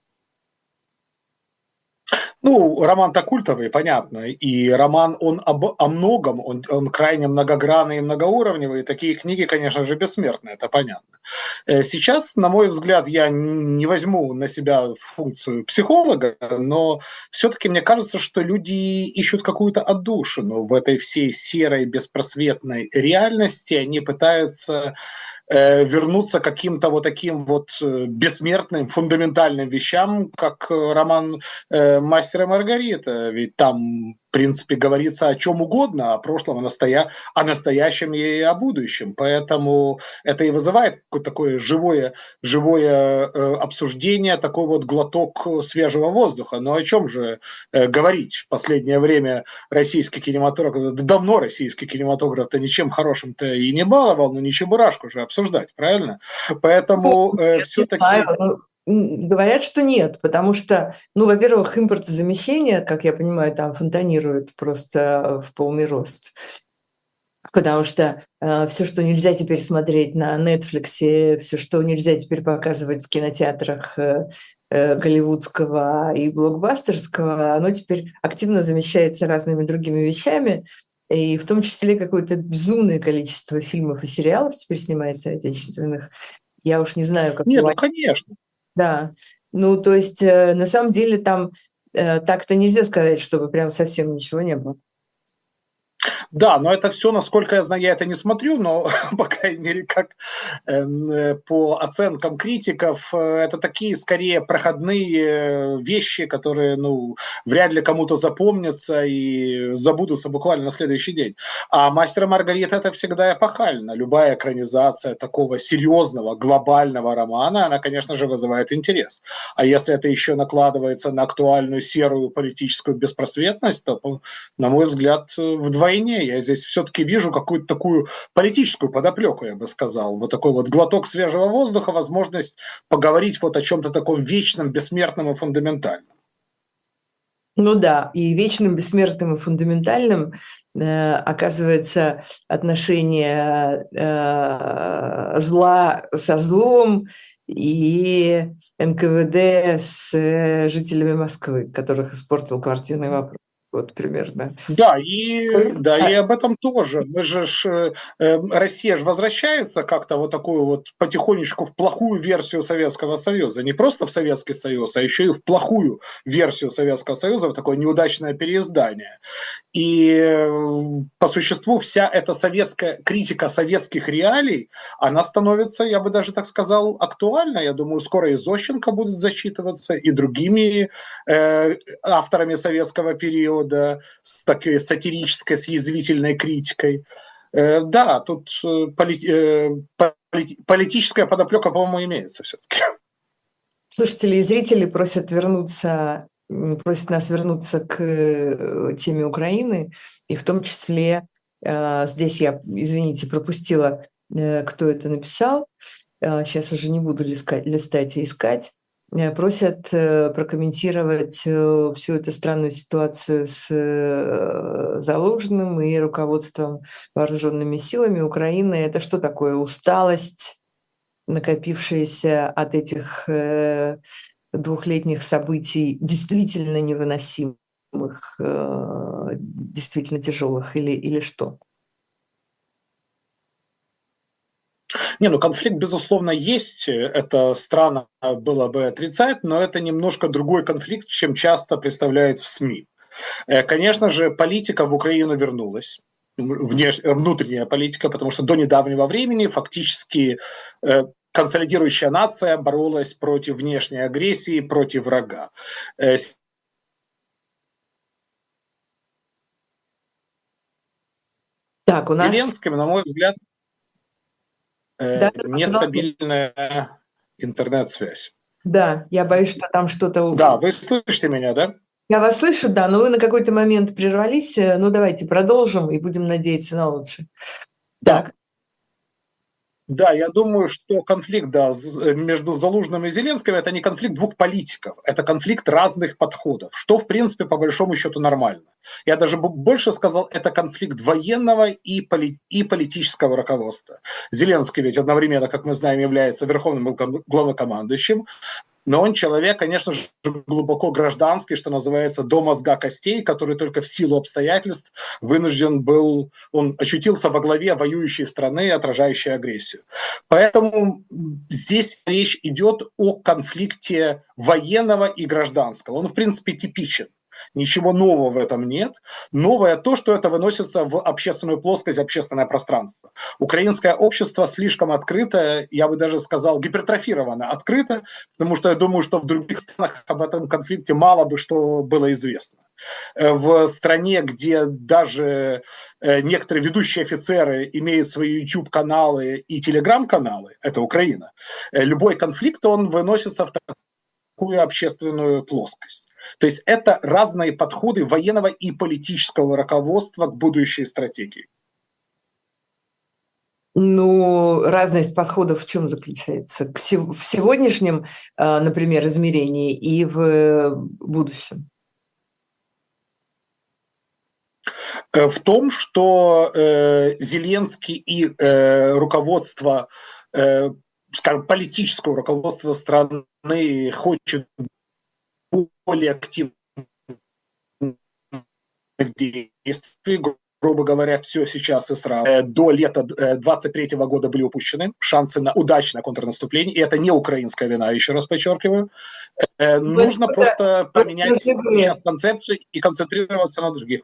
Speaker 2: Ну, роман-то культовый, понятно, и роман, он об, о многом, он, он крайне многогранный и многоуровневый, и такие книги, конечно же, бессмертны, это понятно. Сейчас, на мой взгляд, я не возьму на себя функцию психолога, но все-таки мне кажется, что люди ищут какую-то отдушину в этой всей серой, беспросветной реальности, они пытаются вернуться к каким-то вот таким вот бессмертным, фундаментальным вещам, как роман «Мастер и Маргарита». Ведь там, в принципе, говорится о чем угодно, о прошлом, о, настоя... о настоящем и о будущем. Поэтому это и вызывает какое-то такое живое, живое обсуждение, такой вот глоток свежего воздуха. Но о чем же говорить? В последнее время российский кинематограф, давно российский кинематограф-то ничем хорошим-то и не баловал, но не чебурашку же обсуждать, правильно? Поэтому э, все-таки...
Speaker 1: Говорят, что нет, потому что, ну, во-первых, импортозамещение, как я понимаю, там фонтанирует просто в полный рост. Потому что э, все, что нельзя теперь смотреть на Netflix, все, что нельзя теперь показывать в кинотеатрах, э, э, голливудского и блокбастерского, оно теперь активно замещается разными другими вещами, и в том числе какое-то безумное количество фильмов и сериалов теперь снимается отечественных. Я уж не знаю,
Speaker 2: Не,
Speaker 1: какого...
Speaker 2: ну конечно.
Speaker 1: Да, ну то есть э, на самом деле там э, так-то нельзя сказать, чтобы прям совсем ничего не было.
Speaker 2: Да, но это все, насколько я знаю, я это не смотрю, но, по крайней мере, как э, по оценкам критиков, э, это такие, скорее, проходные вещи, которые, ну, вряд ли кому-то запомнятся и забудутся буквально на следующий день. А «Мастер и Маргарита» — это всегда эпохально. Любая экранизация такого серьезного, глобального романа, она, конечно же, вызывает интерес. А если это еще накладывается на актуальную серую политическую беспросветность, то, на мой взгляд, вдвойне. Я здесь все-таки вижу какую-то такую политическую подоплеку, я бы сказал. Вот такой вот глоток свежего воздуха, возможность поговорить вот о чем-то таком вечном, бессмертном и фундаментальном.
Speaker 1: Ну да, и вечным, бессмертным и фундаментальным э, оказывается отношение э, зла со злом и эн ка вэ дэ с э, жителями Москвы, которых испортил квартирный вопрос. Вот примерно.
Speaker 2: Да, и, да, и об этом тоже. Мы же, ж, э, Россия же возвращается как-то вот такую вот потихонечку в плохую версию Советского Союза. Не просто в Советский Союз, а еще и в плохую версию Советского Союза, в такое неудачное переиздание. И по существу вся эта советская критика советских реалий, она становится, я бы даже так сказал, актуальна. Я думаю, скоро и Зощенко будут зачитываться, и другими э, авторами советского периода с такой сатирической, с язвительной критикой. Э, да, тут э, поли, э, поли, политическая подоплека, по-моему, имеется все-таки.
Speaker 1: Слушатели и зрители просят вернуться, просят нас вернуться к э, теме Украины, и в том числе э, здесь я, извините, пропустила, э, кто это написал. Э, сейчас уже не буду листать, листать и искать. Э, просят э, прокомментировать э, всю эту странную ситуацию с э, Залужным и руководством вооруженными силами Украины. Это что такое? Усталость, накопившаяся от этих э, двухлетних событий, действительно невыносимых, э, действительно тяжелых, или, или что?
Speaker 2: Не, ну конфликт, безусловно, есть. Это странно было бы отрицать, но это немножко другой конфликт, чем часто представляют в СМИ. Конечно же, политика в Украину вернулась. Внеш... Внутренняя политика, потому что до недавнего времени фактически э, консолидирующая нация боролась против внешней агрессии, против врага. Э,
Speaker 1: Так, у нас...
Speaker 2: Зеленским, на мой взгляд, э,
Speaker 1: Да,
Speaker 2: нестабильная интернет-связь.
Speaker 1: да, я боюсь, что там что-то...
Speaker 2: Да, вы слышите меня, да?
Speaker 1: Я вас слышу, да, но вы на какой-то момент прервались. Ну, давайте продолжим и будем надеяться на лучшее.
Speaker 2: Да.
Speaker 1: Так.
Speaker 2: Да, я думаю, что конфликт, да, между Залужным и Зеленским — это не конфликт двух политиков, это конфликт разных подходов, что, в принципе, по большому счету нормально. Я даже больше сказал, это конфликт военного и, поли- и политического руководства. Зеленский ведь одновременно, как мы знаем, является верховным главнокомандующим, но он человек, конечно же, глубоко гражданский, что называется, до мозга костей, который только в силу обстоятельств вынужден был, он очутился во главе воюющей страны, отражающей агрессию. Поэтому здесь речь идет о конфликте военного и гражданского. Он, в принципе, типичен. Ничего нового в этом нет. Новое то, что это выносится в общественную плоскость, общественное пространство. Украинское общество слишком открыто, я бы даже сказал, гипертрофировано открыто, потому что я думаю, что в других странах об этом конфликте мало бы что было известно. В стране, где даже некоторые ведущие офицеры имеют свои YouTube-каналы и Telegram-каналы, это Украина, любой конфликт, он выносится в такую общественную плоскость. То есть это разные подходы военного и политического руководства к будущей стратегии.
Speaker 1: Ну, разность подходов в чем заключается? К сев- в сегодняшнем, э, например, измерении и в будущем?
Speaker 2: В том, что э, Зеленский и э, руководство э, скажем, политическое руководство страны хочет более активных действий, грубо говоря, все сейчас и сразу. До лета двадцать третьего года были упущены шансы на удачное контрнаступление, и это не украинская вина, еще раз подчеркиваю. Нужно просто поменять сейчас концепцию и концентрироваться на других.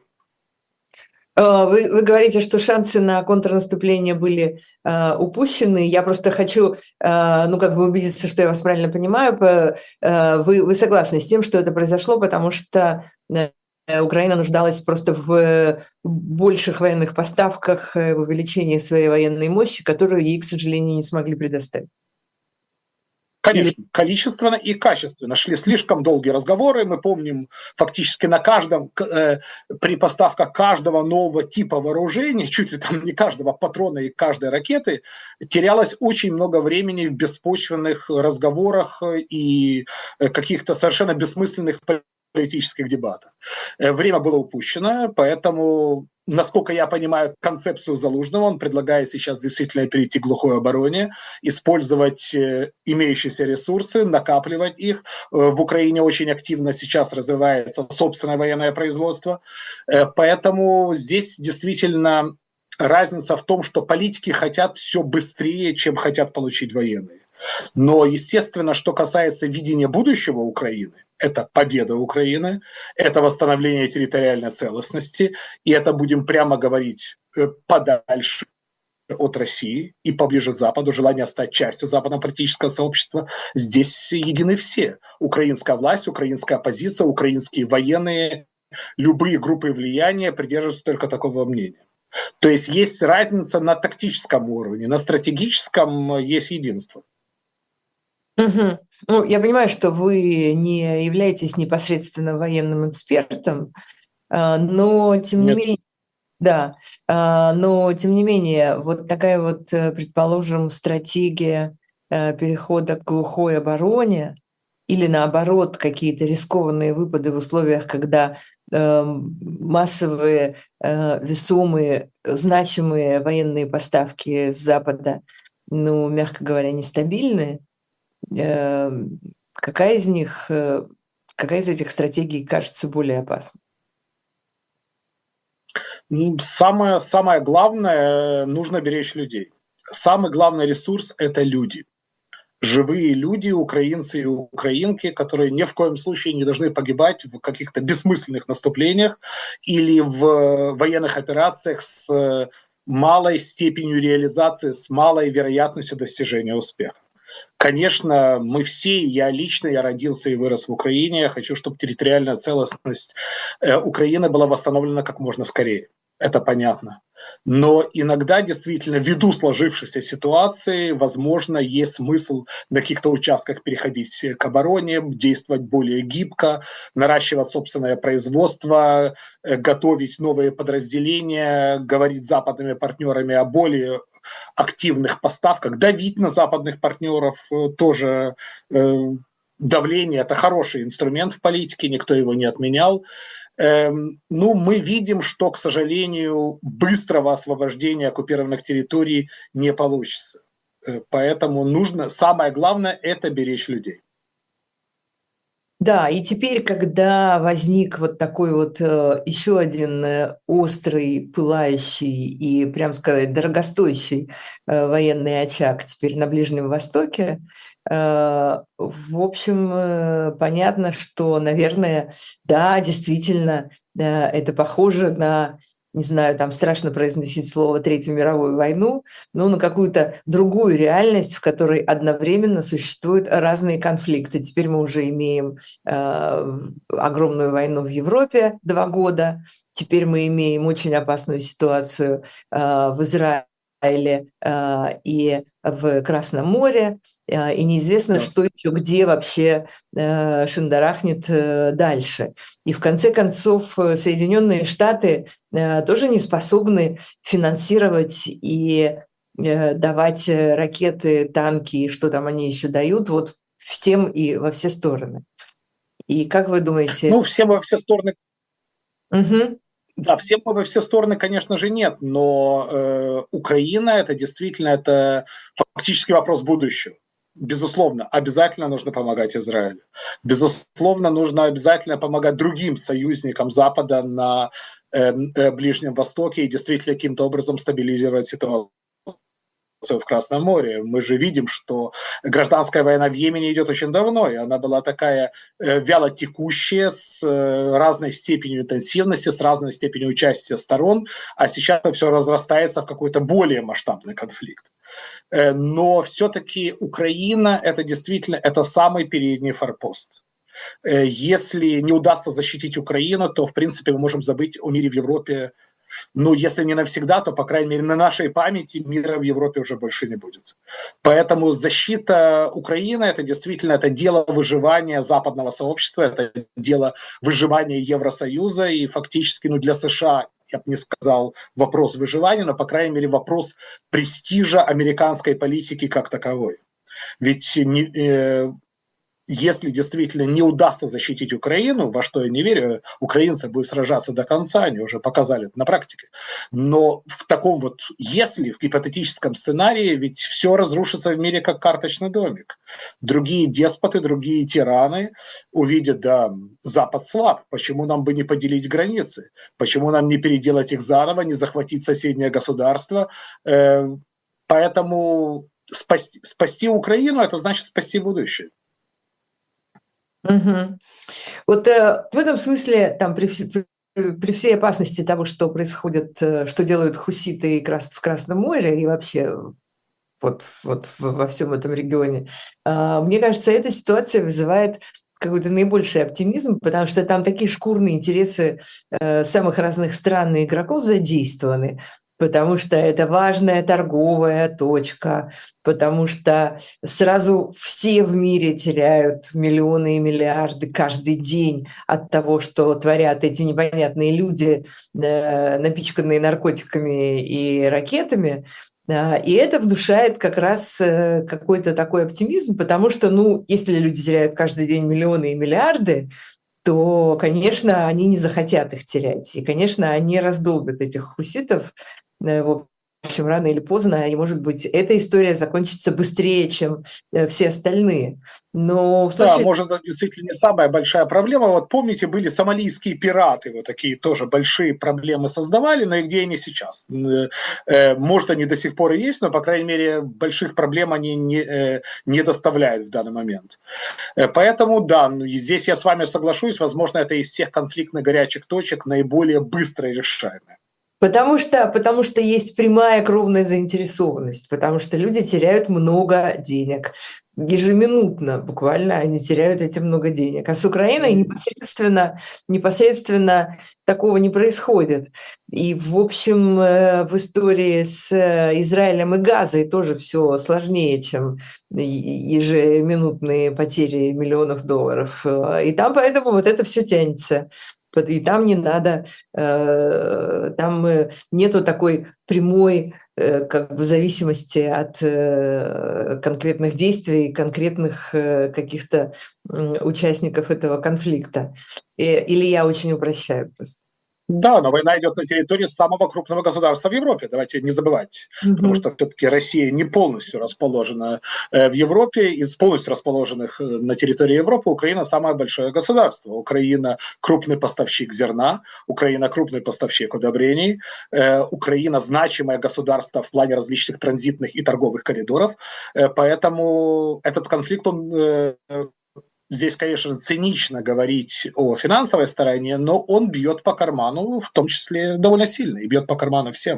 Speaker 1: Вы, вы говорите, что шансы на контрнаступление были э, упущены. Я просто хочу, э, ну, как бы убедиться, что я вас правильно понимаю. Э, вы, вы согласны с тем, что это произошло, потому что э, Украина нуждалась просто в больших военных поставках, в увеличении своей военной мощи, которую ей, к сожалению, не смогли предоставить?
Speaker 2: Конечно, Или... количественно и качественно. Шли слишком долгие разговоры. Мы помним, фактически на каждом, э, при поставках каждого нового типа вооружения, чуть ли там не каждого патрона и каждой ракеты, терялось очень много времени в беспочвенных разговорах и каких-то совершенно бессмысленных политических дебатах. Время было упущено, поэтому, насколько я понимаю концепцию Залужного, он предлагает сейчас действительно перейти к глухой обороне, использовать имеющиеся ресурсы, накапливать их. В Украине очень активно сейчас развивается собственное военное производство, поэтому здесь действительно разница в том, что политики хотят все быстрее, чем хотят получить военные. Но, естественно, что касается видения будущего Украины, это победа Украины, это восстановление территориальной целостности, и это, будем прямо говорить, подальше от России и поближе к Западу, желание стать частью западного политического сообщества. Здесь едины все. Украинская власть, украинская оппозиция, украинские военные, любые группы влияния придерживаются только такого мнения. То есть есть разница на тактическом уровне, на стратегическом есть единство.
Speaker 1: Угу. Ну, я понимаю, что вы не являетесь непосредственно военным экспертом, но тем не
Speaker 2: Нет.
Speaker 1: менее, да, но тем не менее, вот такая вот, предположим, стратегия перехода к глухой обороне или наоборот какие-то рискованные выпады в условиях, когда массовые, весомые, значимые военные поставки с Запада, ну, мягко говоря, нестабильные. Какая из них, какая из этих стратегий кажется более опасной?
Speaker 2: Самое, самое главное, нужно беречь людей. Самый главный ресурс – это люди. Живые люди, украинцы и украинки, которые ни в коем случае не должны погибать в каких-то бессмысленных наступлениях или в военных операциях с малой степенью реализации, с малой вероятностью достижения успеха. Конечно, мы все, я лично, я родился и вырос в Украине, я хочу, чтобы территориальная целостность Украины была восстановлена как можно скорее. Это понятно. Но иногда действительно, ввиду сложившейся ситуации, возможно, есть смысл на каких-то участках переходить к обороне, действовать более гибко, наращивать собственное производство, готовить новые подразделения, говорить с западными партнерами о более активных поставках, давить на западных партнеров тоже. Давление – это хороший инструмент в политике, никто его не отменял. Эм, ну, мы видим, что, к сожалению, быстрого освобождения оккупированных территорий не получится. Поэтому нужно, самое главное – это беречь людей.
Speaker 1: Да, и теперь, когда возник вот такой вот э, еще один э, острый, пылающий и, прям сказать, дорогостоящий э, военный очаг теперь на Ближнем Востоке, э, в общем, э, понятно, что, наверное, да, действительно, э, это похоже на, не знаю, там страшно произносить слово «Третью мировую войну», но на какую-то другую реальность, в которой одновременно существуют разные конфликты. Теперь мы уже имеем э, огромную войну в Европе два года, теперь мы имеем очень опасную ситуацию э, в Израиле э, и в Красном море, э, и неизвестно, да. что еще, где вообще э, шандарахнет э, дальше. И в конце концов Соединенные Штаты тоже не способны финансировать и давать ракеты, танки, и что там они еще дают, вот всем и во все стороны. И как вы думаете?
Speaker 2: Ну, всем во все стороны.
Speaker 1: Угу.
Speaker 2: Да, всем во все стороны, конечно же, нет, но э, Украина – это действительно это фактически вопрос будущего. безусловно, обязательно нужно помогать Израилю. Безусловно, нужно обязательно помогать другим союзникам Запада на э, э, Ближнем Востоке и действительно каким-то образом стабилизировать ситуацию в Красном море. Мы же видим, что гражданская война в Йемене идет очень давно, и она была такая э, вяло текущая, с э, разной степенью интенсивности, с разной степенью участия сторон, а сейчас это все разрастается в какой-то более масштабный конфликт. Э, но все-таки Украина это действительно это самый передний форпост. Э, если не удастся защитить Украину, то в принципе мы можем забыть о мире в Европе. Ну, если не навсегда, то, по крайней мере, на нашей памяти мира в Европе уже больше не будет. Поэтому защита Украины – это действительно это дело выживания западного сообщества, это дело выживания Евросоюза, и фактически ну, для США, я бы не сказал вопрос выживания, но, по крайней мере, вопрос престижа американской политики как таковой. Ведь не, э, если действительно не удастся защитить Украину, во что я не верю, украинцы будут сражаться до конца, они уже показали это на практике. Но в таком вот, если в гипотетическом сценарии, ведь все разрушится в мире как карточный домик. Другие деспоты, другие тираны увидят, да, Запад слаб, почему нам бы не поделить границы, почему нам не переделать их заново, не захватить соседнее государство. Поэтому спасти, спасти Украину – это значит спасти будущее.
Speaker 1: Угу. Вот э, в этом смысле, там, при, при, при всей опасности того, что происходит, э, что делают хуситы в Красном море и вообще вот, вот во всем этом регионе, э, мне кажется, эта ситуация вызывает какой-то наибольший оптимизм, потому что там такие шкурные интересы э, самых разных стран и игроков задействованы, потому что это важная торговая точка, потому что сразу все в мире теряют миллионы и миллиарды каждый день от того, что творят эти непонятные люди, э, напичканные наркотиками и ракетами. И это внушает как раз какой-то такой оптимизм, потому что, ну, если люди теряют каждый день миллионы и миллиарды, то, конечно, они не захотят их терять. И, конечно, они раздолбят этих хуситов, в общем, рано или поздно, и, может быть, эта история закончится быстрее, чем все остальные. Но в случае...
Speaker 2: Да, может, это действительно не самая большая проблема. Вот помните, были сомалийские пираты, вот такие тоже большие проблемы создавали, но и где они сейчас? Может, они до сих пор и есть, но, по крайней мере, больших проблем они не, не доставляют в данный момент. Поэтому, да, здесь я с вами соглашусь, возможно, это из всех конфликтных горячих точек наиболее быстро решаемое.
Speaker 1: Потому что, потому что есть прямая кровная заинтересованность, потому что люди теряют много денег. Ежеминутно буквально они теряют эти много денег. А с Украиной непосредственно, непосредственно такого не происходит. И, в общем, в истории с Израилем и Газой тоже все сложнее, чем ежеминутные потери миллионов долларов. И там поэтому вот это все тянется. И там не надо, там нету такой прямой как бы зависимости от конкретных действий, конкретных каких-то участников этого конфликта. Или я очень упрощаю просто?
Speaker 2: Да, но война идет на территории самого крупного государства в Европе, давайте не забывать, mm-hmm. потому что все-таки Россия не полностью расположена в Европе, из полностью расположенных на территории Европы Украина самое большое государство. Украина крупный поставщик зерна, Украина крупный поставщик удобрений, Украина значимое государство в плане различных транзитных и торговых коридоров, поэтому этот конфликт, он... Здесь, конечно, цинично говорить о финансовой стороне, но он бьет по карману, в том числе довольно сильно, и бьет по карману всем.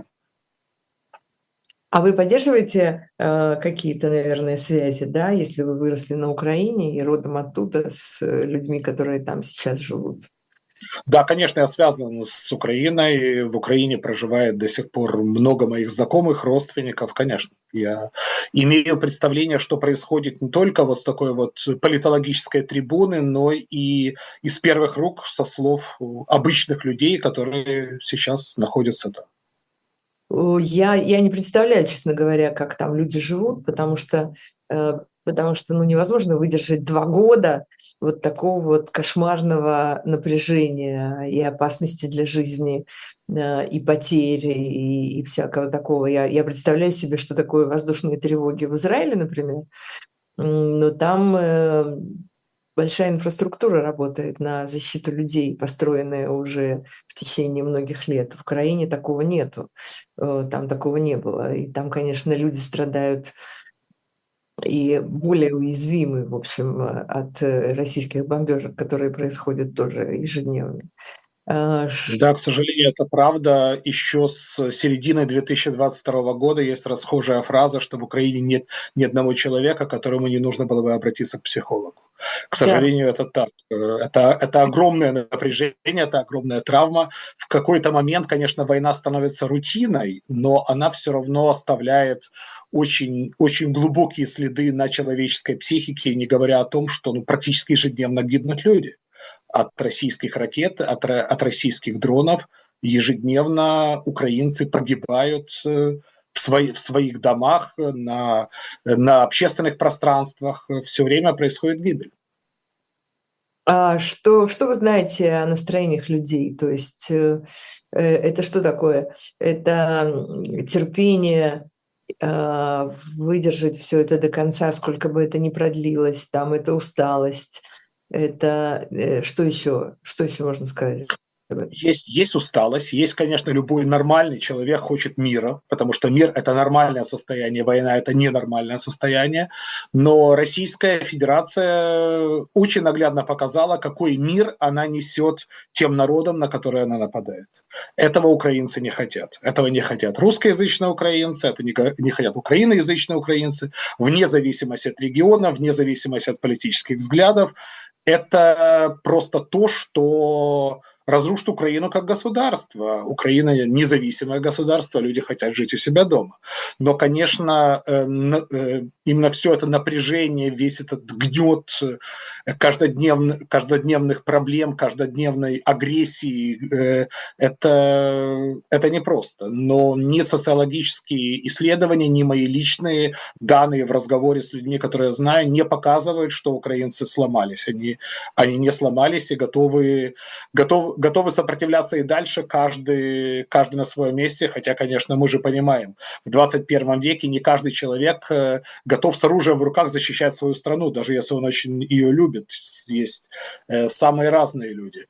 Speaker 1: А вы поддерживаете э, какие-то, наверное, связи, да, если вы выросли на Украине и родом оттуда с людьми, которые там сейчас живут?
Speaker 2: Да, конечно, я связан с Украиной. В Украине проживает до сих пор много моих знакомых, родственников, конечно. Я имею представление, что происходит не только вот с такой вот политологической трибуны, но и из первых рук, со слов обычных людей, которые сейчас находятся там.
Speaker 1: Я, я не представляю, честно говоря, как там люди живут, потому что, потому что ну, невозможно выдержать два года вот такого вот кошмарного напряжения и опасности для жизни, и потери, и, и всякого такого. Я, я представляю себе, что такое воздушные тревоги в Израиле, например. но там большая инфраструктура работает на защиту людей, построенная уже в течение многих лет. В Украине такого нету, там такого не было. И там, конечно, люди страдают и более уязвимы, в общем, от российских бомбежек, которые происходят тоже ежедневно.
Speaker 2: Да, к сожалению, это правда. Еще с середины две тысячи двадцать второго года есть расхожая фраза, что в Украине нет ни одного человека, которому не нужно было бы обратиться к психологу. К сожалению, да. Это так. Это, это огромное напряжение, это огромная травма. В какой-то момент, конечно, война становится рутиной, но она все равно оставляет очень, очень глубокие следы на человеческой психике, не говоря о том, что ну, практически ежедневно гибнут люди от российских ракет, от, от российских дронов. Ежедневно украинцы погибают в, свои, в своих домах, на, на общественных пространствах. Все время происходит гибель.
Speaker 1: А что, что вы знаете о настроениях людей? То есть э, это что такое? Это терпение э, выдержать все это до конца, сколько бы это ни продлилось, там это усталость. Это э, что еще? Что еще можно сказать?
Speaker 2: Есть, есть усталость, есть, конечно, любой нормальный человек хочет мира, потому что мир – это нормальное состояние, война – это ненормальное состояние, но Российская Федерация очень наглядно показала, какой мир она несет тем народам, на которые она нападает. Этого украинцы не хотят. Этого не хотят русскоязычные украинцы, это не, не хотят украиноязычные украинцы, вне зависимости от региона, вне зависимости от политических взглядов. Это просто то, что разрушит Украину как государство. Украина независимое государство, люди хотят жить у себя дома. Но, конечно, именно все это напряжение, весь этот гнет каждодневных, каждодневных проблем, каждодневной агрессии, это, это непросто. Но ни социологические исследования, ни мои личные данные в разговоре с людьми, которые я знаю, не показывают, что украинцы сломались. Они, они не сломались и готовы, готовы, готовы сопротивляться и дальше, каждый, каждый на своем месте. Хотя, конечно, мы же понимаем, в двадцать первом веке не каждый человек готов с оружием в руках защищать свою страну, даже если он очень ее любит. Есть самые разные люди.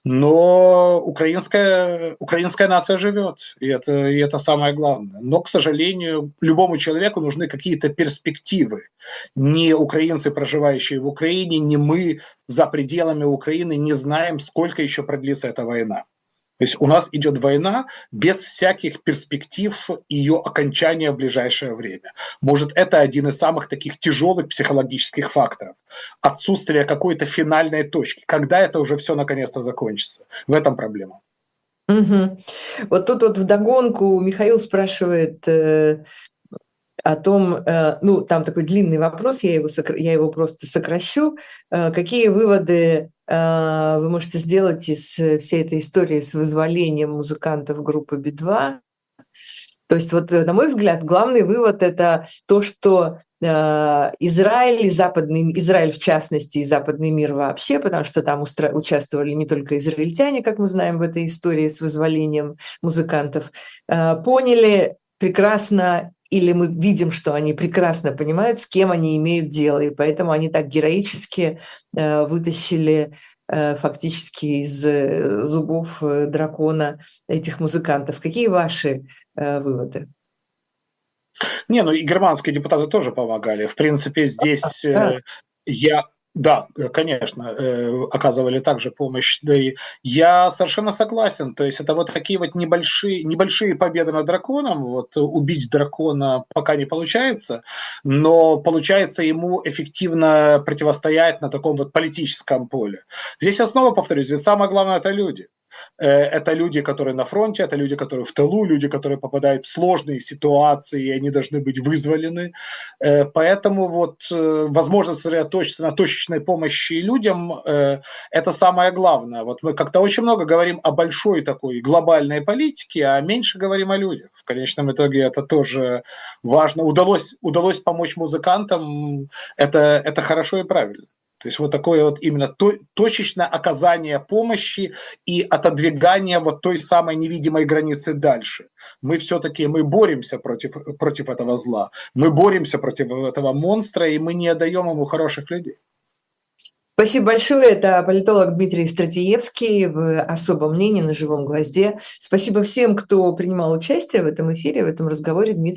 Speaker 2: Но украинская, украинская нация живет, и это, и это самое главное. Но, к сожалению, любому человеку нужны какие-то перспективы. Не украинцы, проживающие в Украине, не мы за пределами Украины не знаем, сколько еще продлится эта война. То есть у нас идет война без всяких перспектив ее окончания в ближайшее время. Может, это один из самых таких тяжелых психологических факторов. Отсутствие какой-то финальной точки. Когда это уже все наконец-то закончится? В этом проблема.
Speaker 1: Угу. Вот тут вот вдогонку Михаил спрашивает э, о том, э, ну, там такой длинный вопрос, я его, сокр... я его просто сокращу. Э, какие выводы э, вы можете сделать из всей этой истории с вызволением музыкантов группы Би два? То есть вот, на мой взгляд, главный вывод – это то, что э, Израиль, и западный, Израиль в частности, и западный мир вообще, потому что там устра- участвовали не только израильтяне, как мы знаем в этой истории с вызволением музыкантов, э, поняли прекрасно, или мы видим, что они прекрасно понимают, с кем они имеют дело, и поэтому они так героически э, вытащили фактически из зубов дракона этих музыкантов. Какие ваши э, выводы?
Speaker 2: Не, ну и германские депутаты тоже помогали. В принципе, здесь э, я... Да, конечно, оказывали также помощь. Да и я совершенно согласен. То есть это вот такие вот небольшие, небольшие победы над драконом. Вот убить дракона пока не получается, но получается ему эффективно противостоять на таком вот политическом поле. Здесь я снова повторюсь, ведь самое главное – это люди. Это люди, которые на фронте, это люди, которые в тылу, люди, которые попадают в сложные ситуации, и они должны быть вызволены. Поэтому вот возможность сосредоточиться на точечной помощи людям – это самое главное. Вот мы как-то очень много говорим о большой такой глобальной политике, а меньше говорим о людях. В конечном итоге это тоже важно. Удалось, удалось помочь музыкантам, это, это хорошо и правильно. То есть вот такое вот именно то, точечное оказание помощи и отодвигание вот той самой невидимой границы дальше. Мы все-таки мы боремся против, против этого зла, мы боремся против этого монстра, и мы не отдаем ему хороших людей.
Speaker 1: Спасибо большое. Это политолог Дмитрий Стратиевский в «Особом мнении» на «Живом гвозде». Спасибо всем, кто принимал участие в этом эфире, в этом разговоре. Дмитрий